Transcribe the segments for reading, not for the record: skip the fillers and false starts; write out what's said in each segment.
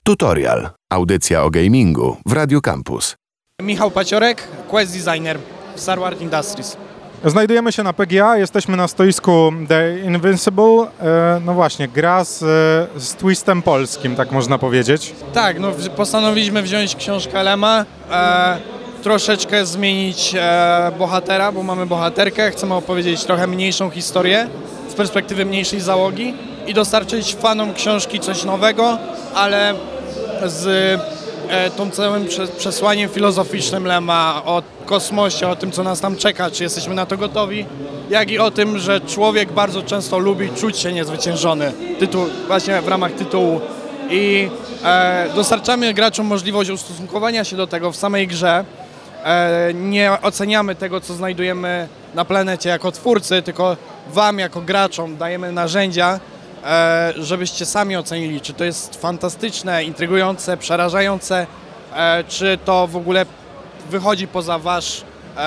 Tutorial. Audycja o gamingu w Radiu Campus. Michał Paciorek, Quest Designer w Starward Industries. Znajdujemy się na PGA, jesteśmy na stoisku The Invincible. No właśnie, gra z twistem polskim, tak można powiedzieć. Tak, no postanowiliśmy wziąć książkę Lema, troszeczkę zmienić bohatera, bo mamy bohaterkę, chcemy opowiedzieć trochę mniejszą historię z perspektywy mniejszej załogi i dostarczyć fanom książki coś nowego, ale z tą całym przesłaniem filozoficznym Lema o kosmosie, o tym, co nas tam czeka, czy jesteśmy na to gotowi, jak i o tym, że człowiek bardzo często lubi czuć się niezwyciężony. Tytuł, właśnie w ramach tytułu. I dostarczamy graczom możliwość ustosunkowania się do tego w samej grze. Nie oceniamy tego, co znajdujemy na planecie jako twórcy, tylko wam jako graczom dajemy narzędzia, żebyście sami ocenili, czy to jest fantastyczne, intrygujące, przerażające, czy to w ogóle wychodzi poza wasz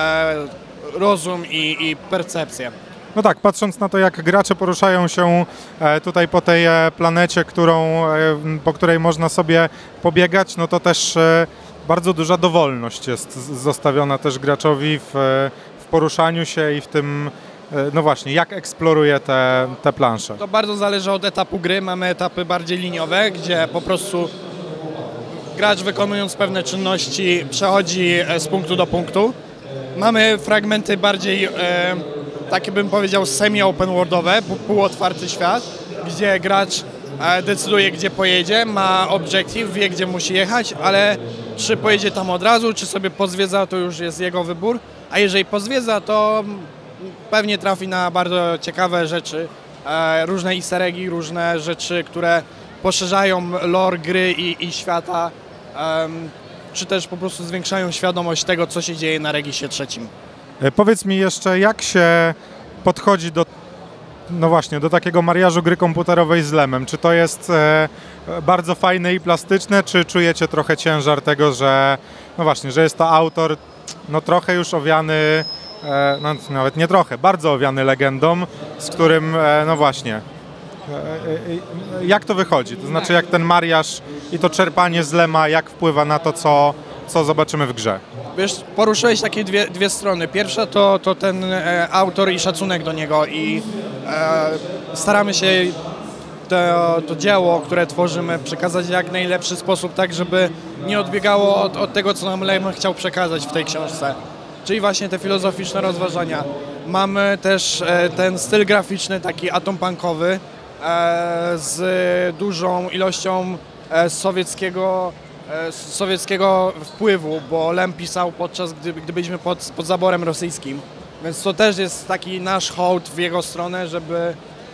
rozum i percepcję. No tak, patrząc na to, jak gracze poruszają się tutaj po tej planecie, po której można sobie pobiegać, no to też bardzo duża dowolność jest zostawiona też graczowi w poruszaniu się i w tym, no właśnie, jak eksploruje te plansze. To bardzo zależy od etapu gry. Mamy etapy bardziej liniowe, gdzie po prostu gracz, wykonując pewne czynności, przechodzi z punktu do punktu. Mamy fragmenty bardziej, takie bym powiedział, semi-open worldowe, półotwarty świat, gdzie gracz decyduje, gdzie pojedzie, ma objective, wie, gdzie musi jechać, ale czy pojedzie tam od razu, czy sobie pozwiedza, to już jest jego wybór, a jeżeli pozwiedza, to pewnie trafi na bardzo ciekawe rzeczy, różne easter eggi, różne rzeczy, które poszerzają lore gry i świata, czy też po prostu zwiększają świadomość tego, co się dzieje na Regisie trzecim. Powiedz mi jeszcze, jak się podchodzi do takiego mariażu gry komputerowej z Lemem? Czy to jest bardzo fajne i plastyczne, czy czujecie trochę ciężar tego, że no właśnie, że jest to autor no trochę już owiany, no nawet nie trochę, bardzo owiany legendą, z którym no właśnie, jak to wychodzi? To znaczy, jak ten mariaż i to czerpanie z Lema, jak wpływa na to, co zobaczymy w grze? Wiesz, poruszyłeś takie dwie strony. Pierwsza to ten autor i szacunek do niego i staramy się to dzieło, które tworzymy, przekazać w jak najlepszy sposób, tak żeby nie odbiegało od tego, co nam Lem chciał przekazać w tej książce. Czyli właśnie te filozoficzne rozważania. Mamy też ten styl graficzny, taki atompunkowy, z dużą ilością sowieckiego wpływu, bo Lem pisał podczas gdy byliśmy pod zaborem rosyjskim. Więc to też jest taki nasz hołd w jego stronę, żeby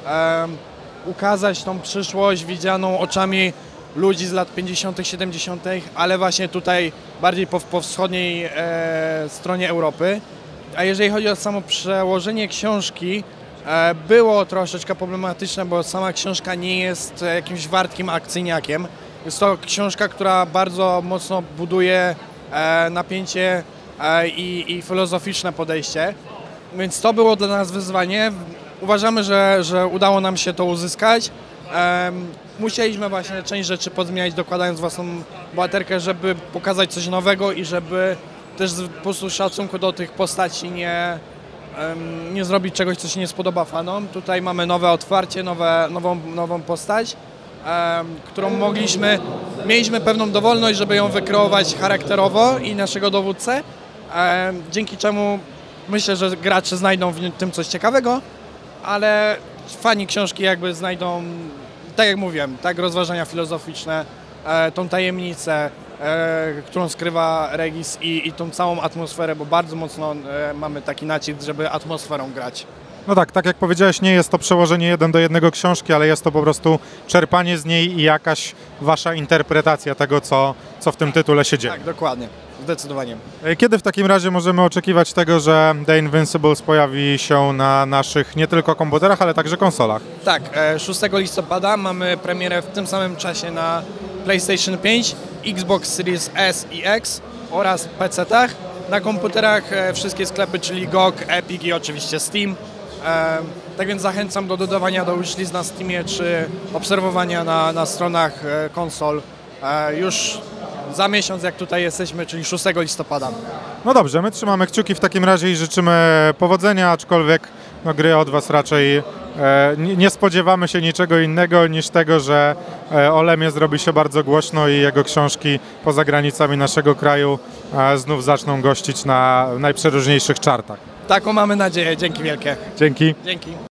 ukazać tą przyszłość widzianą oczami ludzi z lat 50., 70., ale właśnie tutaj bardziej po wschodniej stronie Europy. A jeżeli chodzi o samo przełożenie książki, było troszeczkę problematyczne, bo sama książka nie jest jakimś wartkim akcyjniakiem. Jest to książka, która bardzo mocno buduje napięcie i filozoficzne podejście, więc to było dla nas wyzwanie. Uważamy, że udało nam się to uzyskać. Musieliśmy właśnie część rzeczy pozmieniać, dokładając własną bohaterkę, żeby pokazać coś nowego i żeby też po prostu szacunku do tych postaci nie zrobić czegoś, co się nie spodoba fanom. Tutaj mamy nowe otwarcie, nową postać, którą mieliśmy pewną dowolność, żeby ją wykreować charakterowo i naszego dowódcę, dzięki czemu myślę, że gracze znajdą w tym coś ciekawego, ale fani książki jakby znajdą, tak jak mówiłem, tak, rozważania filozoficzne, tą tajemnicę, którą skrywa Regis i tą całą atmosferę, bo bardzo mocno mamy taki nacisk, żeby atmosferą grać. No tak jak powiedziałeś, nie jest to przełożenie 1:1 książki, ale jest to po prostu czerpanie z niej i jakaś wasza interpretacja tego, co w tym tytule się dzieje. Tak, dokładnie. Zdecydowanie. Kiedy w takim razie możemy oczekiwać tego, że The Invincibles pojawi się na naszych nie tylko komputerach, ale także konsolach? Tak, 6 listopada mamy premierę w tym samym czasie na PlayStation 5, Xbox Series S i X oraz PC-tach. Na komputerach wszystkie sklepy, czyli GOG, Epic i oczywiście Steam. Tak więc zachęcam do dodawania do wishlist na Steamie czy obserwowania na stronach konsol już za miesiąc, jak tutaj jesteśmy, czyli 6 listopada. No dobrze, my trzymamy kciuki w takim razie i życzymy powodzenia, aczkolwiek no, gry od Was raczej nie spodziewamy się niczego innego niż tego, że o Lemie zrobi się bardzo głośno i jego książki poza granicami naszego kraju znów zaczną gościć na najprzeróżniejszych czartach. Taką mamy nadzieję. Dzięki wielkie. Dzięki. Dzięki.